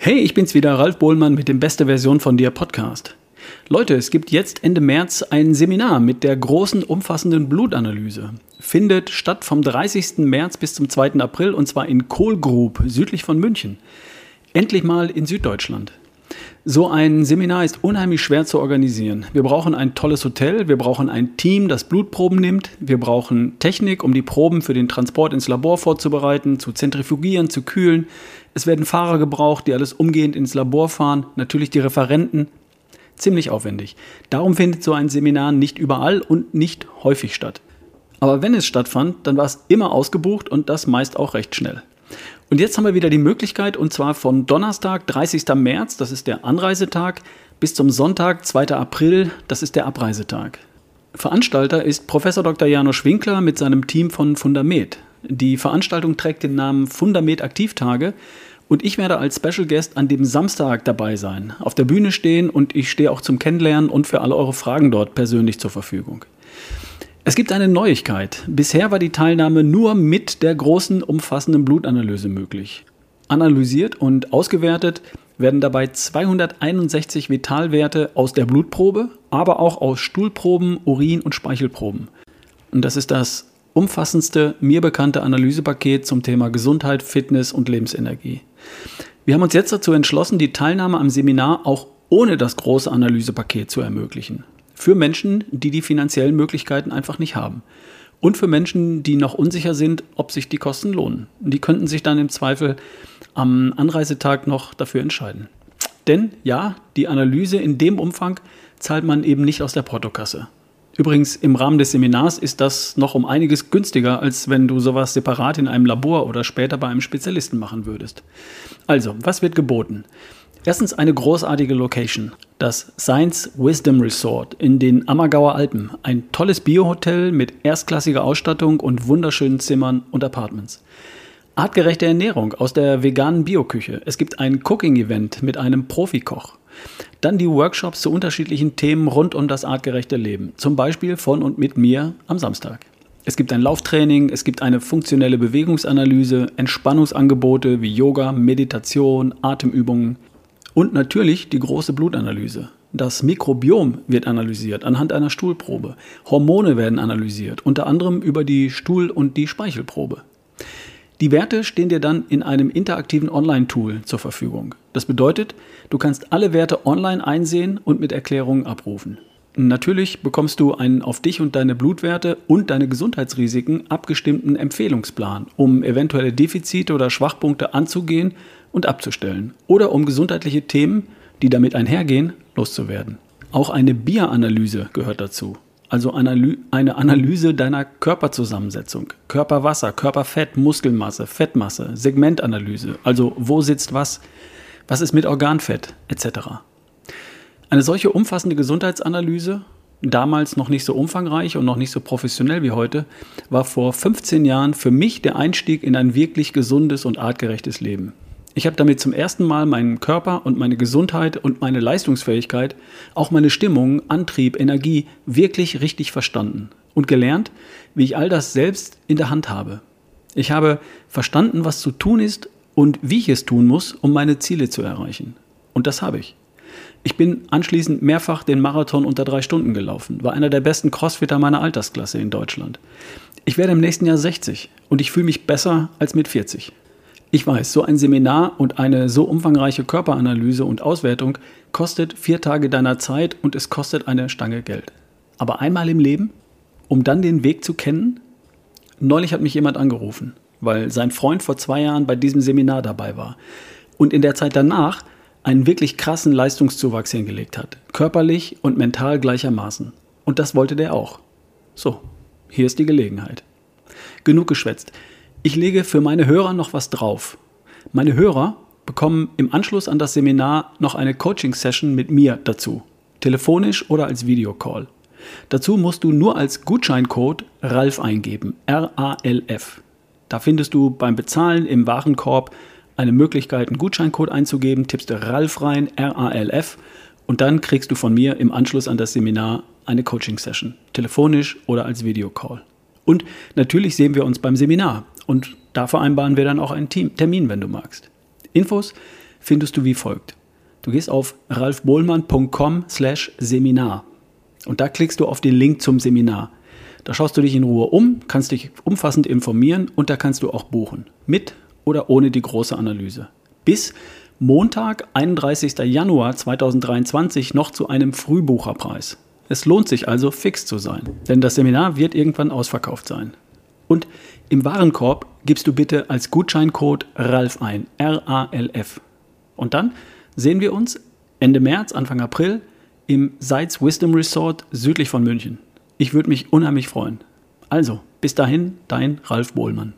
Hey, ich bin's wieder, Ralf Bohlmann mit dem Beste Version von dir Podcast. Leute, es gibt jetzt Ende März ein Seminar mit der großen, umfassenden Blutanalyse. Findet statt vom 30. März bis zum 2. April und zwar in Kohlgrub, südlich von München. Endlich mal in Süddeutschland. So ein Seminar ist unheimlich schwer zu organisieren. Wir brauchen ein tolles Hotel, wir brauchen ein Team, das Blutproben nimmt, wir brauchen Technik, um die Proben für den Transport ins Labor vorzubereiten, zu zentrifugieren, zu kühlen. Es werden Fahrer gebraucht, die alles umgehend ins Labor fahren, natürlich die Referenten. Ziemlich aufwendig. Darum findet so ein Seminar nicht überall und nicht häufig statt. Aber wenn es stattfand, dann war es immer ausgebucht und das meist auch recht schnell. Und jetzt haben wir wieder die Möglichkeit, und zwar von Donnerstag, 30. März, das ist der Anreisetag, bis zum Sonntag, 2. April, das ist der Abreisetag. Veranstalter ist Prof. Dr. Janosch Winkler mit seinem Team von Fundamed. Die Veranstaltung trägt den Namen Fundamed Aktivtage und ich werde als Special Guest an dem Samstag dabei sein, auf der Bühne stehen und ich stehe auch zum Kennenlernen und für alle eure Fragen dort persönlich zur Verfügung. Es gibt eine Neuigkeit. Bisher war die Teilnahme nur mit der großen, umfassenden Blutanalyse möglich. Analysiert und ausgewertet werden dabei 261 Vitalwerte aus der Blutprobe, aber auch aus Stuhlproben, Urin- und Speichelproben. Und das ist das umfassendste mir bekannte Analysepaket zum Thema Gesundheit, Fitness und Lebensenergie. Wir haben uns jetzt dazu entschlossen, die Teilnahme am Seminar auch ohne das große Analysepaket zu ermöglichen. Für Menschen, die die finanziellen Möglichkeiten einfach nicht haben. Und für Menschen, die noch unsicher sind, ob sich die Kosten lohnen. Die könnten sich dann im Zweifel am Anreisetag noch dafür entscheiden. Denn ja, die Analyse in dem Umfang zahlt man eben nicht aus der Portokasse. Übrigens, im Rahmen des Seminars ist das noch um einiges günstiger, als wenn du sowas separat in einem Labor oder später bei einem Spezialisten machen würdest. Also, was wird geboten? Erstens eine großartige Location, das Science Wisdom Resort in den Ammergauer Alpen. Ein tolles Biohotel mit erstklassiger Ausstattung und wunderschönen Zimmern und Apartments. Artgerechte Ernährung aus der veganen Bioküche. Es gibt ein Cooking-Event mit einem Profikoch. Dann die Workshops zu unterschiedlichen Themen rund um das artgerechte Leben. Zum Beispiel von und mit mir am Samstag. Es gibt ein Lauftraining, es gibt eine funktionelle Bewegungsanalyse, Entspannungsangebote wie Yoga, Meditation, Atemübungen. Und natürlich die große Blutanalyse. Das Mikrobiom wird analysiert anhand einer Stuhlprobe. Hormone werden analysiert, unter anderem über die Stuhl- und die Speichelprobe. Die Werte stehen dir dann in einem interaktiven Online-Tool zur Verfügung. Das bedeutet, du kannst alle Werte online einsehen und mit Erklärungen abrufen. Natürlich bekommst du einen auf dich und deine Blutwerte und deine Gesundheitsrisiken abgestimmten Empfehlungsplan, um eventuelle Defizite oder Schwachpunkte anzugehen und abzustellen oder um gesundheitliche Themen, die damit einhergehen, loszuwerden. Auch eine BIA-Analyse gehört dazu, also eine Analyse deiner Körperzusammensetzung, Körperwasser, Körperfett, Muskelmasse, Fettmasse, Segmentanalyse, also wo sitzt was ist mit Organfett etc. Eine solche umfassende Gesundheitsanalyse, damals noch nicht so umfangreich und noch nicht so professionell wie heute, war vor 15 Jahren für mich der Einstieg in ein wirklich gesundes und artgerechtes Leben. Ich habe damit zum ersten Mal meinen Körper und meine Gesundheit und meine Leistungsfähigkeit, auch meine Stimmung, Antrieb, Energie wirklich richtig verstanden und gelernt, wie ich all das selbst in der Hand habe. Ich habe verstanden, was zu tun ist und wie ich es tun muss, um meine Ziele zu erreichen. Und das habe ich. Ich bin anschließend mehrfach den Marathon unter 3 Stunden gelaufen, war einer der besten Crossfitter meiner Altersklasse in Deutschland. Ich werde im nächsten Jahr 60 und ich fühle mich besser als mit 40. Ich weiß, so ein Seminar und eine so umfangreiche Körperanalyse und Auswertung kostet 4 Tage deiner Zeit und es kostet eine Stange Geld. Aber einmal im Leben, um dann den Weg zu kennen? Neulich hat mich jemand angerufen, weil sein Freund vor 2 Jahren bei diesem Seminar dabei war und in der Zeit danach einen wirklich krassen Leistungszuwachs hingelegt hat, körperlich und mental gleichermaßen. Und das wollte der auch. So, hier ist die Gelegenheit. Genug geschwätzt. Ich lege für meine Hörer noch was drauf. Meine Hörer bekommen im Anschluss an das Seminar noch eine Coaching-Session mit mir dazu. Telefonisch oder als Videocall. Dazu musst du nur als Gutscheincode RALF eingeben. R-A-L-F. Da findest du beim Bezahlen im Warenkorb eine Möglichkeit, einen Gutscheincode einzugeben. Tippst du RALF rein, R-A-L-F. Und dann kriegst du von mir im Anschluss an das Seminar eine Coaching-Session. Telefonisch oder als Videocall. Und natürlich sehen wir uns beim Seminar. Und da vereinbaren wir dann auch einen Termin, wenn du magst. Infos findest du wie folgt. Du gehst auf ralfbohlmann.com/Seminar und da klickst du auf den Link zum Seminar. Da schaust du dich in Ruhe um, kannst dich umfassend informieren und da kannst du auch buchen. Mit oder ohne die große Analyse. Bis Montag, 31. Januar 2023 noch zu einem Frühbucherpreis. Es lohnt sich also, fix zu sein, denn das Seminar wird irgendwann ausverkauft sein. Und im Warenkorb gibst du bitte als Gutscheincode RALF ein, R-A-L-F. Und dann sehen wir uns Ende März, Anfang April im Seitz Wisdom Resort südlich von München. Ich würde mich unheimlich freuen. Also, bis dahin, dein Ralf Bohlmann.